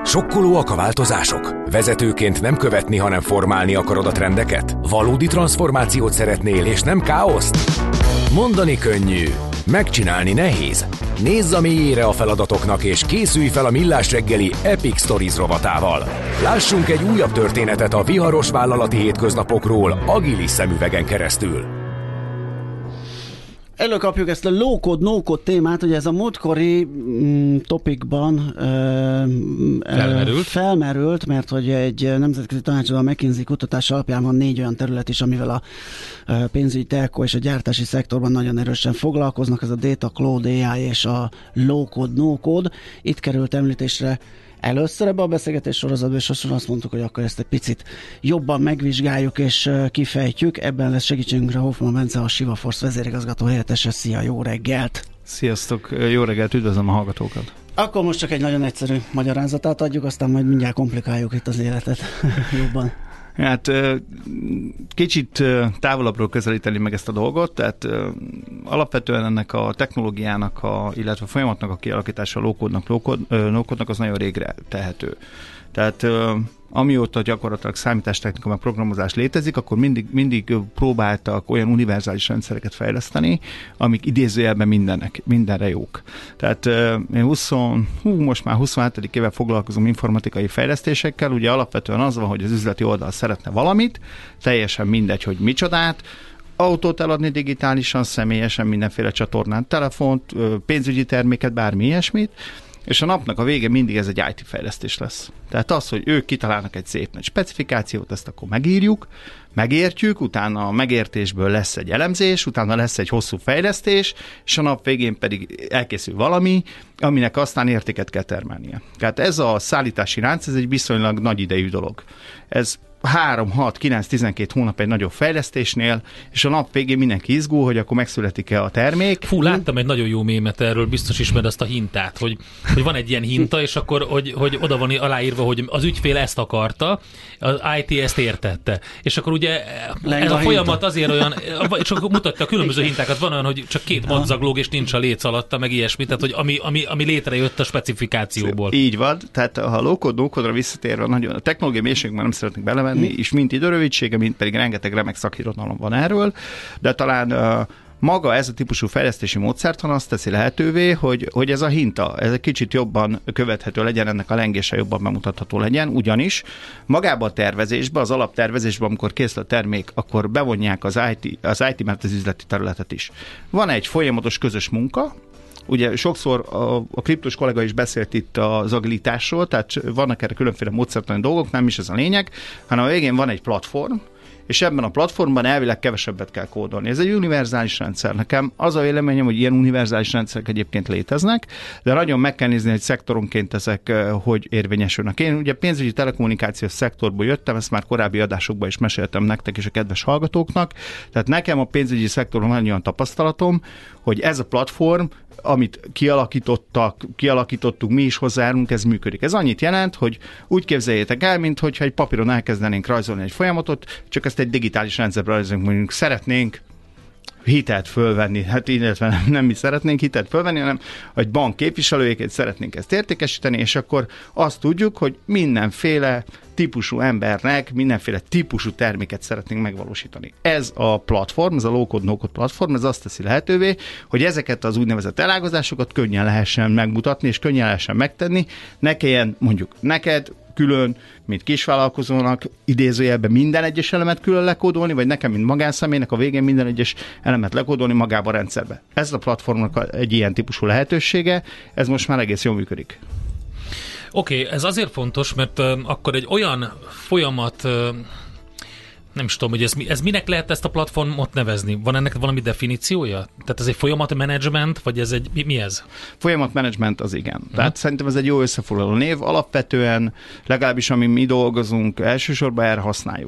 Sokkolóak a változások? Vezetőként nem követni, hanem formálni akarod a trendeket? Valódi transformációt szeretnél, és nem káoszt? Mondani könnyű, megcsinálni nehéz. Nézz a mélyére a feladatoknak, és készülj fel a Millás reggeli Epic Stories rovatával. Lássunk egy újabb történetet a viharos vállalati hétköznapokról agilis szemüvegen keresztül. Előkapjuk ezt a low-code, no-code témát, ugye ez a múltkori topikban felmerült, mert hogy egy nemzetközi tanácsadó, a McKinsey kutatás alapján van 4 olyan terület is, amivel a pénzügyi, telko és a gyártási szektorban nagyon erősen foglalkoznak, ez a data, cloud, AI és a low-code, no-code. Itt került említésre először ebbe a beszélgetés sorozatban, és azt mondtuk, hogy akkor ezt egy picit jobban megvizsgáljuk és kifejtjük. Ebben lesz segítségünkre Hoffman Bence, a Siva Force vezérigazgató helyettese. Szia, jó reggelt! Sziasztok, jó reggelt, üdvözlöm a hallgatókat! Akkor most csak egy nagyon egyszerű magyarázatát adjuk, aztán majd mindjárt komplikáljuk itt az életet jobban. Hát kicsit távolabbról közelíteni meg ezt a dolgot, tehát alapvetően ennek a technológiának, illetve folyamatnak a kialakítása a low-code-nak az nagyon régre tehető. Tehát amióta gyakorlatilag számítástechnika meg programozás létezik, akkor mindig próbáltak olyan univerzális rendszereket fejleszteni, amik idézőjelben mindenre jók. Tehát én most már 27. éve foglalkozom informatikai fejlesztésekkel, ugye alapvetően az van, hogy az üzleti oldal szeretne valamit, teljesen mindegy, hogy micsodát, autót eladni digitálisan, személyesen, mindenféle csatornán, telefont, pénzügyi terméket, bármi ilyesmit, és a napnak a vége mindig ez egy IT fejlesztés lesz. Tehát az, hogy ők kitalálnak egy szép nagy specifikációt, ezt akkor megírjuk, megértjük, utána a megértésből lesz egy elemzés, utána lesz egy hosszú fejlesztés, és a nap végén pedig elkészül valami, aminek aztán értéket kell termelnie. Tehát ez a szállítási lánc, ez egy viszonylag nagy idejű dolog. Ez 3, 6, 9, 12 hónap egy nagyobb fejlesztésnél, és a nap végén mindenki izgul, hogy akkor megszületik-e a termék. Fú, láttam egy nagyon jó mémet erről, biztos ismered azt a hintát, hogy van egy ilyen hinta, és akkor hogy oda van aláírva, hogy az ügyfél ezt akarta, az IT ezt értette. És akkor ugye ez a folyamat azért olyan, és akkor mutatja a különböző hintákat, van olyan, hogy csak 2 madzaglóg, és nincs a léc alatta, meg ilyesmi, tehát hogy ami létrejött a specifikációból. Így van, tehát ha a low-code, no-code-ra visszatérve nagyon a technológiai mélységben nem szeretnék belemenni, és mint időrövidsége, mint pedig rengeteg remek szakirodalom van erről, de talán maga ez a típusú fejlesztési módszertan azt teszi lehetővé, hogy ez a hinta, ez egy kicsit jobban követhető legyen, ennek a lengése jobban bemutatható legyen, ugyanis magában a tervezésbe, az alaptervezésbe, amikor készül a termék, akkor bevonják az IT, mert az üzleti területet is. Van egy folyamatos közös munka. Ugye sokszor a kriptos kollega is beszélt itt az agilitásról, tehát vannak erre különféle módszertani dolgok, nem is ez a lényeg, hanem a végén van egy platform, és ebben a platformban elvileg kevesebbet kell kódolni. Ez egy univerzális rendszer. Nekem az a véleményem, hogy ilyen univerzális rendszerek egyébként léteznek, de nagyon meg kell nézni, hogy szektoronként ezek hogy érvényesülnek. Én ugye pénzügyi telekommunikációs szektorból jöttem, ezt már korábbi adásokban is meséltem nektek és a kedves hallgatóknak, tehát nekem a pénzügyi szektorban van olyan tapasztalatom, hogy ez a platform, amit kialakítottuk, mi is hozzájárulunk, ez működik. Ez annyit jelent, hogy úgy képzeljétek el, mintha egy papíron elkezdenénk rajzolni egy folyamatot, csak ezt egy digitális rendszerbe rajzolunk, mondjuk szeretnénk hitelt fölvenni, hát illetve nem mi szeretnénk hitelt fölvenni, hanem egy bank képviselőjéként szeretnénk ezt értékesíteni, és akkor azt tudjuk, hogy mindenféle típusú embernek mindenféle típusú terméket szeretnénk megvalósítani. Ez a platform, ez a low-code, no-code platform, ez azt teszi lehetővé, hogy ezeket az úgynevezett elágazásokat könnyen lehessen megmutatni, és könnyen lehessen megtenni. Ne kelljen mondjuk neked külön, mint kisvállalkozónak idézőjelben minden egyes elemet külön lekódolni, vagy nekem, mint magánszemélynek a végén minden egyes elemet lekódolni magába a rendszerbe. Ez a platformnak egy ilyen típusú lehetősége, ez most már egész jól működik. Oké, ez azért fontos, mert akkor egy olyan folyamat, nem is tudom, hogy ez minek lehet ezt a platformot nevezni? Van ennek valami definíciója? Tehát ez egy folyamatmenedzsment, vagy ez egy, mi ez? Folyamatmenedzsment az igen. Tehát szerintem ez egy jó összefoglaló név. Alapvetően, legalábbis ami mi dolgozunk, elsősorban erre használjuk.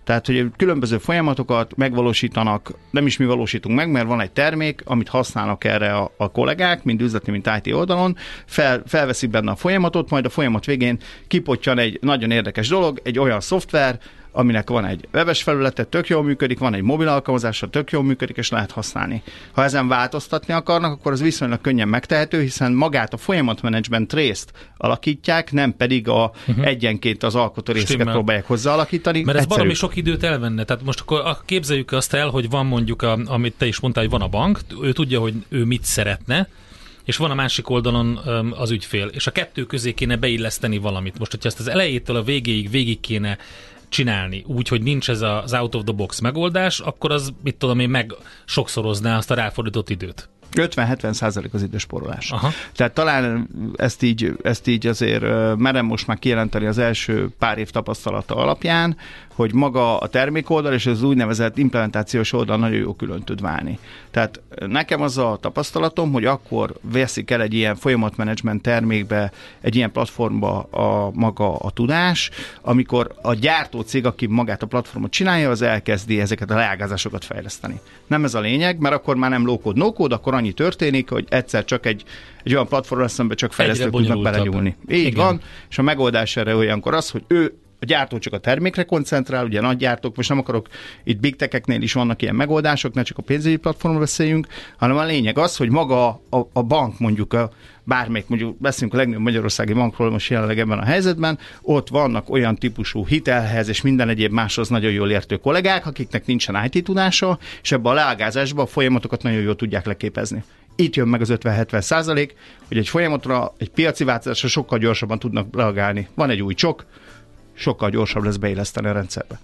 Tehát, hogy különböző folyamatokat megvalósítanak, nem is mi valósítunk meg, mert van egy termék, amit használnak erre a kollégák, mind üzleti, mind IT oldalon, felveszik benne a folyamatot, majd a folyamat végén kipottyan egy nagyon érdekes dolog, egy olyan szoftver, aminek van egy webes felülete, tök jól működik, van egy mobil alkalmazása, tök jól működik, és lehet használni. Ha ezen változtatni akarnak, akkor az viszonylag könnyen megtehető, hiszen magát a folyamatmenedzsment részt alakítják, nem pedig egyenként az alkotó részeket próbálják hozzáalakítani. Mert ez baromi sok időt elvenne. Tehát most akkor képzeljük azt el, hogy van mondjuk, amit te is mondtál, hogy van a bank, ő tudja, hogy ő mit szeretne, és van a másik oldalon az ügyfél, és a kettő közé kéne beilleszteni valamit. Most, hogyha ezt az elejétől a végig kéne csinálni, úgy, hogy nincs ez az out of the box megoldás, akkor az, mit tudom én, meg sokszorozná azt a ráfordított időt. 50-70% az időspórolás. Tehát talán ezt így azért merem most már kijelenteni az első pár év tapasztalata alapján, hogy maga a termékoldal és az úgynevezett implementációs oldal nagyon jó külön tud válni. Tehát nekem az a tapasztalatom, hogy akkor veszik el egy ilyen folyamatmenedzsment termékbe, egy ilyen platformba maga a tudás, amikor a gyártócég, aki magát a platformot csinálja, az elkezdi ezeket a leágazásokat fejleszteni. Nem ez a lényeg, mert akkor már nem low-code, no-code, akkor annyi történik, hogy egyszer csak egy olyan platform lesz, amiben csak fejlesztők tudnak belenyúlni. Így van, és a megoldás erre olyankor az, hogy a gyártó csak a termékre koncentrál, ugye nagy gyártók, most nem akarok, itt big tech-eknél is vannak ilyen megoldások, ne csak a pénzügyi platformról beszéljünk, hanem a lényeg az, hogy maga a bank, mondjuk bármelyik, mondjuk beszélünk a legnagyobb magyarországi bankról most jelenleg ebben a helyzetben, ott vannak olyan típusú hitelhez és minden egyéb máshoz nagyon jól értő kollégák, akiknek nincsen IT tudása, és ebbe a leágázásba a folyamatokat nagyon jól tudják leképezni. Itt jön meg az 50-70%, hogy egy folyamatra, egy piaci változásra sokkal gyorsabban tudnak reagálni. Van egy új csok, sokkal gyorsabb lesz beilleszteni a rendszerbe.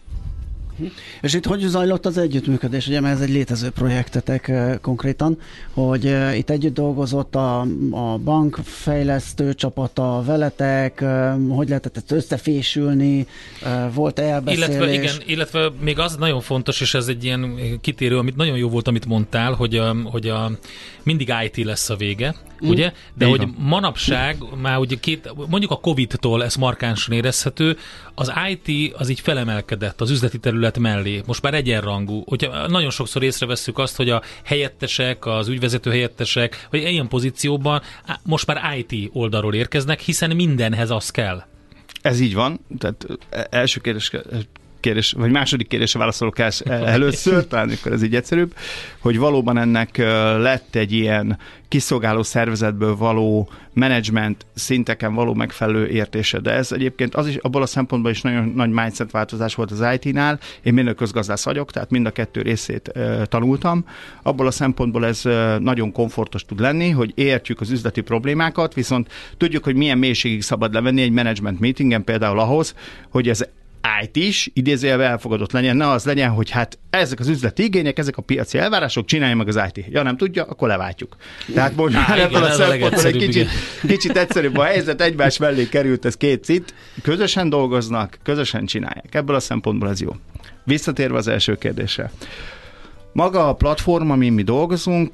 És itt hogy zajlott az együttműködés? Ugye, mert ez egy létező projektetek konkrétan, hogy itt együtt dolgozott a bank fejlesztő csapata veletek, hogy lehetett ezt összefésülni, volt elbeszélés? Illetve még az nagyon fontos, és ez egy ilyen kitérő, amit nagyon jó volt, amit mondtál, hogy mindig IT lesz a vége, ugye? De hogy manapság már ugye mondjuk a Covid-tól ez markánsan érezhető, az IT az így felemelkedett az üzleti terület mellé, most már egyenrangú. Hogyha nagyon sokszor észrevesszük azt, hogy a helyettesek, az ügyvezető helyettesek, vagy ilyen pozícióban most már IT oldalról érkeznek, hiszen mindenhez az kell. Ez így van, tehát első kérdés, vagy második kérdésre válaszolok először, talán akkor ez így egyszerűbb, hogy valóban ennek lett egy ilyen kiszolgáló szervezetből való menedzsment szinteken való megfelelő értése. De ez egyébként az is, abból a szempontból is nagyon nagy mindset változás volt az IT-nál. Én mérnök-közgazdász vagyok, tehát mind a kettő részét tanultam. Abból a szempontból ez nagyon komfortos tud lenni, hogy értjük az üzleti problémákat, viszont tudjuk, hogy milyen mélységig szabad levenni egy management meetingen például ahhoz, hogy ez IT is idézőjelben elfogadott legyen, ne az legyen, hogy hát ezek az üzleti igények, ezek a piaci elvárások, csinálja meg az IT. Ja, nem tudja, akkor leváltjuk. Tehát most már ebből a szempontból egy kicsit egyszerűbb a helyzet, egymás mellé került ez két cit, közösen dolgoznak, közösen csinálják. Ebből a szempontból ez jó. Visszatérve az első kérdésre. Maga a platform, amin mi dolgozunk,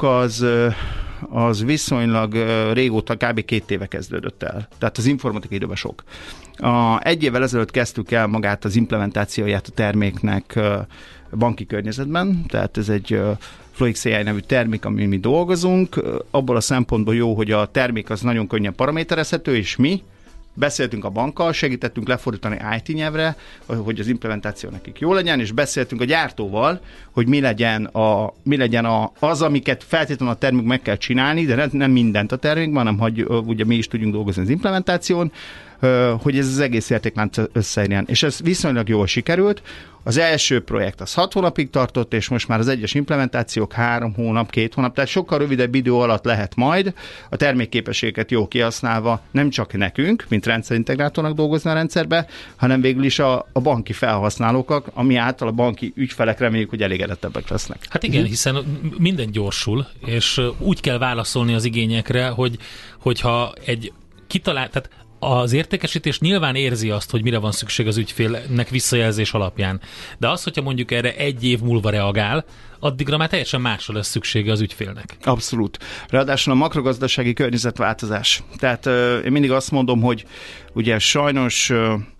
az viszonylag régóta, kb. 2 éve kezdődött el. Tehát az informatikai időben sok. 1 évvel ezelőtt kezdtük el magát az implementációját a terméknek banki környezetben, tehát ez egy Floix AI nevű termék, amin mi dolgozunk. Abból a szempontból jó, hogy a termék az nagyon könnyen paraméterezhető, és mi beszéltünk a bankkal, segítettünk lefordítani IT nyelvre, hogy az implementáció nekik jó legyen, és beszéltünk a gyártóval, hogy mi legyen az, amiket feltétlenül a termék meg kell csinálni, de nem mindent a termékben, hanem hogy ugye mi is tudjunk dolgozni az implementáción, hogy ez az egész értéklánc összeérjen. És ez viszonylag jól sikerült. Az első projekt az 6 hónapig tartott, és most már az egyes implementációk 3 hónap, 2 hónap, tehát sokkal rövidebb idő alatt lehet majd a termékképességeket jól kihasználva nem csak nekünk, mint rendszerintegrátornak dolgozni a rendszerbe, hanem végül is a banki felhasználók, ami által a banki ügyfelek reméljük, hogy elégedettebbek lesznek. Hát igen, hiszen minden gyorsul, és úgy kell válaszolni az igényekre, hogyha egy tehát az értékesítés nyilván érzi azt, hogy mire van szükség az ügyfélnek visszajelzés alapján. De az, hogyha mondjuk erre 1 év múlva reagál, addigra már teljesen másra lesz szüksége az ügyfélnek. Abszolút. Ráadásul a makrogazdasági környezetváltozás. Tehát én mindig azt mondom, hogy ugye sajnos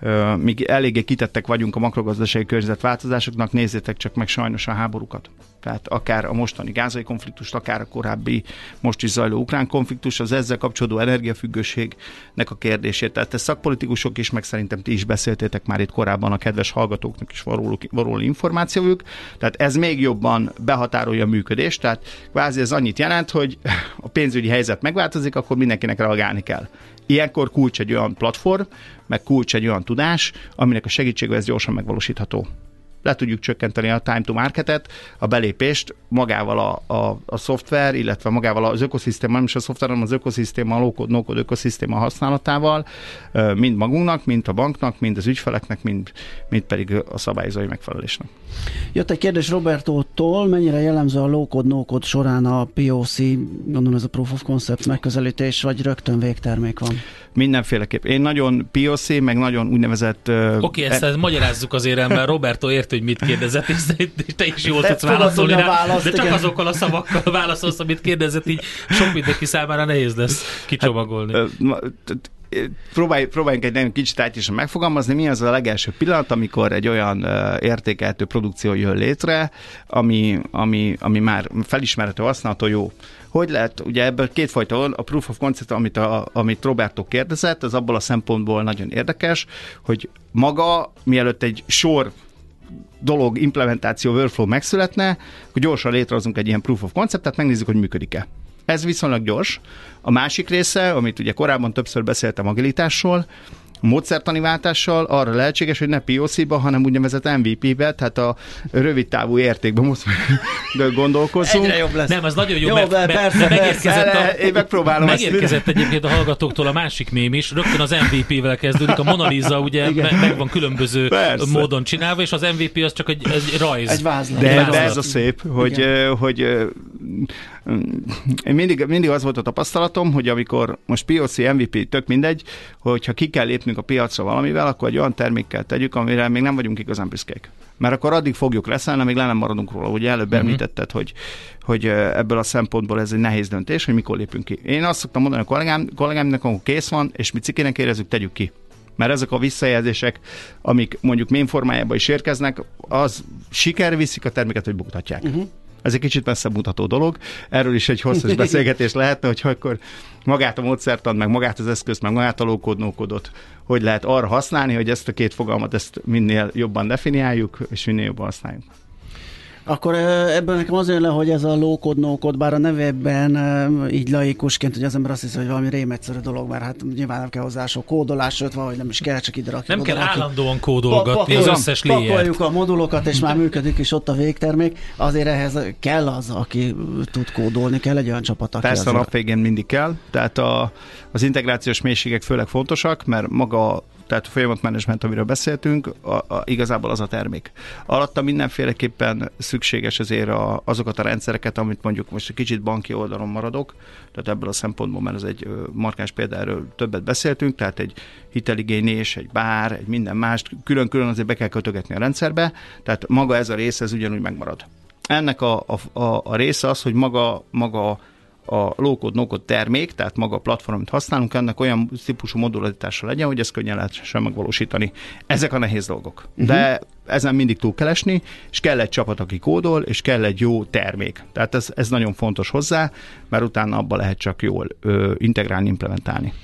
míg eléggé kitettek vagyunk a makrogazdasági környezetváltozásoknak, nézzétek csak meg sajnos a háborúkat. Tehát akár a mostani gázai konfliktust, akár a korábbi, most is zajló ukrán konfliktus, az ezzel kapcsolódó energiafüggőségnek a kérdését. Tehát ezt szakpolitikusok is, meg szerintem ti is beszéltétek már itt korábban, a kedves hallgatóknak is való információjuk. Tehát ez még jobban behatárolja a működést. Tehát kvázi ez annyit jelent, hogy a pénzügyi helyzet megváltozik, akkor mindenkinek reagálni kell. Ilyenkor kulcs egy olyan platform, meg kulcs egy olyan tudás, aminek a segítségével ez gyorsan megvalósítható. Le tudjuk csökkenteni a time to marketet, a belépést magával a szoftver, illetve magával az ökoszisztéma, nem is a szoftver, hanem az ökoszisztéma, a low-code, no-code ökoszisztéma használatával, mind magunknak, mind a banknak, mind az ügyfeleknek, mind pedig a szabályozói megfelelésnek. Jött egy kérdés Robertótól, mennyire jellemző a low-code, no-code során a POC, gondolom ez a Proof of Concept megközelítés, vagy rögtön végtermék van? Mindenféleképp. Én nagyon POC, meg nagyon úgynevezett... Oké, ezt magyarázzuk azért, mert Roberto ért, hogy mit kérdezett, és te is jól tudsz válaszolni rá, de csak igen. Azokkal a szavakkal válaszolsz, amit kérdezett, így sok mindenki számára nehéz lesz kicsomagolni. Próbáljunk egy nagyon kicsit átisan megfogalmazni, mi az a legelső pillanat, amikor egy olyan értékelhető produkció jön létre, ami már felismerhető, használható, jó. Hogy lehet, ugye ebből kétfajta van, a proof of concept, amit Roberto kérdezett, az abból a szempontból nagyon érdekes, hogy maga, mielőtt egy sor dolog, implementáció, workflow megszületne, akkor gyorsan létrehozunk egy ilyen proof of conceptet, megnézzük, hogy működik-e. Ez viszonylag gyors. A másik része, amit ugye korábban többször beszéltem agilitásról, módszertani váltással arra lehetséges, hogy ne POC-ba, hanem úgynevezett MVP-be, tehát a rövid távú értékben most gondolkozunk. Egyre jobb lesz. Nem, az nagyon jó, mert megérkezett egyébként a hallgatóktól a másik mém is, rögtön az MVP-vel kezdődik, a Mona Lisa ugye meg van különböző módon csinálva, és az MVP az csak egy rajz. Egy vázlat. De ez a szép, hogy én mindig az volt a tapasztalatom, hogy amikor most POC, MVP, tök mindegy, hogyha ki kell lépnünk a piacra valamivel, akkor egy olyan termékkel tegyük, amire még nem vagyunk igazán büszkék. Mert akkor addig fogjuk leszelni, amíg le nem maradunk róla. Ugye előbb említetted, hogy ebből a szempontból ez egy nehéz döntés, hogy mikor lépünk ki. Én azt szoktam mondani a kollégámnak, amikor kész van, és mi cikének érezzük, tegyük ki. Mert ezek a visszajelzések, amik mondjuk mém formájában is érkeznek, az siker viszik a terméket, hogy buktatják. Ez egy kicsit messzebb mutató dolog. Erről is egy hosszas beszélgetés lehetne, hogy akkor magát a módszertant, meg magát az eszközt, meg magát a low-code, no-code-ot hogy lehet arra használni, hogy ezt a két fogalmat ezt minél jobban definiáljuk, és minél jobban használjuk. Akkor ebből nekem az jön le, hogy ez a low-code, no-code, bár a nevében így laikusként, hogy az ember azt hiszi, hogy valami rémegyszerű dolog, mert hát nyilván nem kell hozzá sok kódolás, sőt, valahogy nem is kell, csak ide rakjuk. Nem kell állandóan kódolgatni az összes léját. Pakoljuk a modulokat, és már működik is ott a végtermék. Azért ehhez kell az, aki tud kódolni, kell egy olyan csapat, aki persze a nap végén mindig kell, tehát az integrációs mélységek főleg fontosak, mert maga tehát a folyamatmenedzsment, amiről beszéltünk, igazából az a termék. Alatta mindenféleképpen szükséges azért azokat a rendszereket, amit mondjuk most egy kicsit banki oldalon maradok, tehát ebből a szempontból, mert ez egy markáns példa, erről többet beszéltünk, tehát egy hiteligénylés, egy bár, egy minden mást, külön-külön azért be kell kötögetni a rendszerbe, tehát maga ez a rész, ez ugyanúgy megmarad. Ennek a része az, hogy maga a low-code, no-code termék, tehát maga a platform, amit használunk, ennek olyan típusú modularitása legyen, hogy ezt könnyen lehessen megvalósítani. Ezek a nehéz dolgok. De ezen mindig túl kell esni, és kell egy csapat, aki kódol, és kell egy jó termék. Tehát ez nagyon fontos hozzá, mert utána abba lehet csak jól integrálni, implementálni.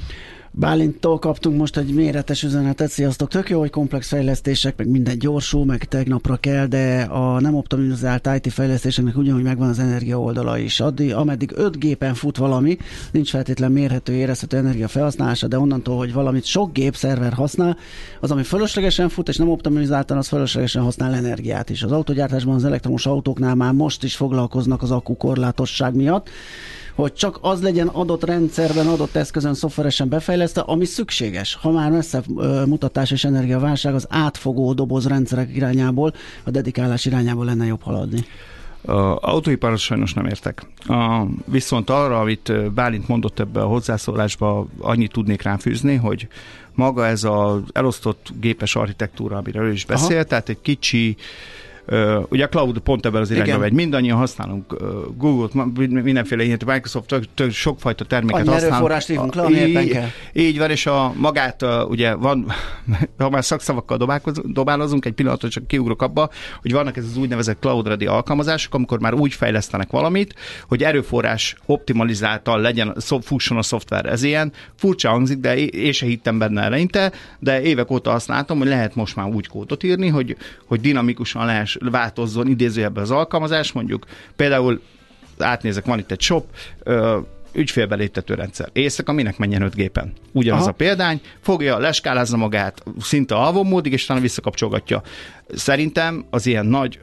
Bálinttól kaptunk most egy méretes üzenetet, sziasztok, tök jó, hogy komplex fejlesztések, meg minden gyorsul, meg tegnapra kell, de a nem optimizált IT fejlesztéseknek ugyanúgy megvan az energia oldala is. Ameddig 5 gépen fut valami, nincs feltétlen mérhető, érezhető energia felhasználása, de onnantól, hogy valamit sok gép, szerver használ, az, ami fölöslegesen fut, és nem optimizáltan, az fölöslegesen használ energiát is. Az autógyártásban az elektromos autóknál már most is foglalkoznak az akkukorlátosság miatt, hogy csak az legyen adott rendszerben, adott eszközön, szoftveresen befejlesztve, ami szükséges. Ha már messze mutatás és energiaválság, az átfogó dobozrendszerek irányából, a dedikálás irányából lenne jobb haladni. Autóiparhoz sajnos nem értek. Viszont arra, amit Bálint mondott ebbe a hozzászólásba, annyit tudnék rám fűzni, hogy maga ez az elosztott gépes architektúra, amiről ő is beszélt, tehát egy kicsi Ugye a cloud pont ebben az irányba megy. Mindannyian használunk Google-t, mindenféle ilyen, Microsoft, sokfajta terméket használunk. Annyi erőforrást hívunk le, ami éppen kell. Így van, és a magát, ugye van, ha már szakszavakkal dobálozunk, egy pillanatot csak kiugrok abba, hogy vannak ez az úgynevezett cloud ready alkalmazások, amikor már úgy fejlesztenek valamit, hogy erőforrás optimalizáltal legyen, fusson a szoftver. Ez ilyen furcsa hangzik, de én se hittem benne eleinte, de évek óta azt látom, hogy lehet most már úgy kódot írni, hogy dinamikusan változzon idézőjelben az alkalmazás, mondjuk például átnézek, van itt egy shop, ügyfélbeléptető rendszer. Éjszaka minek menjen 5 gépen? Ugyanaz a példány, fogja, leskálázza magát szinte alvó módig, és utána visszakapcsolgatja. Szerintem az ilyen nagy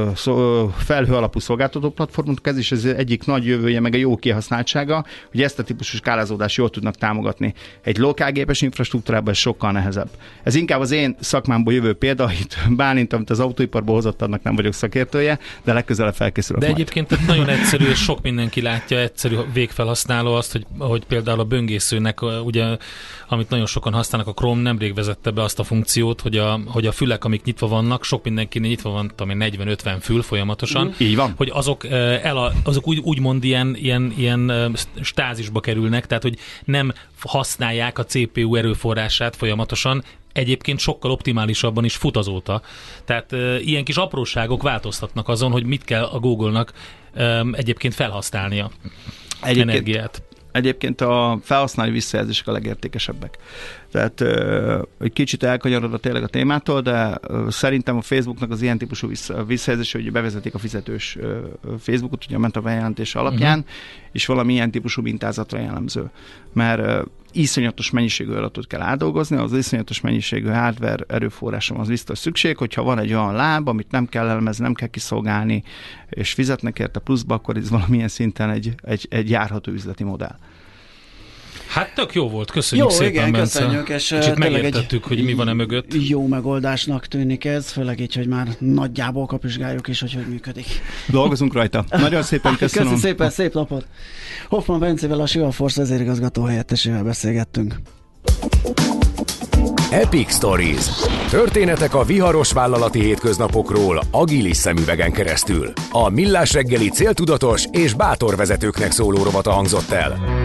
felhő alapú szolgáltató platformok, ez is az egyik nagy jövője, meg a jó kihasználtsága, hogy ezt a típusú skálázódást jól tudnak támogatni. Egy lokálgépes infrastruktúrában ez sokkal nehezebb. Ez inkább az én szakmámból jövő példa, itt Bálint, amit az autóiparból hozott, annak nem vagyok szakértője, de legközelebb felkészülök. De majd. Egyébként nagyon egyszerű, és sok mindenki látja, egyszerű végfelhasználó azt, hogy például a böngészőnek, ugye, amit nagyon sokan használnak, a Chrome nemrég vezette be azt a funkciót, hogy a fülek, amik nyitva vannak, sok mindenkinél nyitva van, 40-50 fül folyamatosan. Így van. Hogy azok úgymond ilyen stázisba kerülnek, tehát hogy nem használják a CPU erőforrását folyamatosan, egyébként sokkal optimálisabban is fut azóta. Tehát ilyen kis apróságok változtatnak azon, hogy mit kell a Google-nak egyébként felhasználnia energiát. Egyébként a felhasználói visszajelzések a legértékesebbek. Tehát egy kicsit elkanyarodott tényleg a témától, de szerintem a Facebooknak az ilyen típusú visszajelzése, hogy bevezetik a fizetős Facebookot, ugye ment a bejelentés alapján, és valami ilyen típusú mintázatra jellemző. Mert iszonyatos mennyiségű adatot kell átdolgozni, az iszonyatos mennyiségű hardware erőforrásom az biztos szükség, hogyha van egy olyan láb, amit nem kell elemezni, nem kell kiszolgálni, és fizetnek érte pluszba, akkor ez valamilyen szinten egy járható üzleti modell. Hát tök jó volt, köszönjük szépen, igen, Bence. Köszönjük, és kicsit megértettük, hogy mi van e mögött. Jó megoldásnak tűnik ez, főleg így, hogy már nagyjából kapizsgáljuk is, hogy működik. Dolgozunk rajta. Nagyon szépen köszönöm. Köszönöm szépen, szép napot! Hoffman Bencével, a Sivalforce vezérigazgató helyettesével beszélgettünk. Epic Stories. Történetek a viharos vállalati hétköznapokról agilis szemüvegen keresztül. A Millás reggeli céltudatos és bátor vezetőknek szóló rovata hangzott el.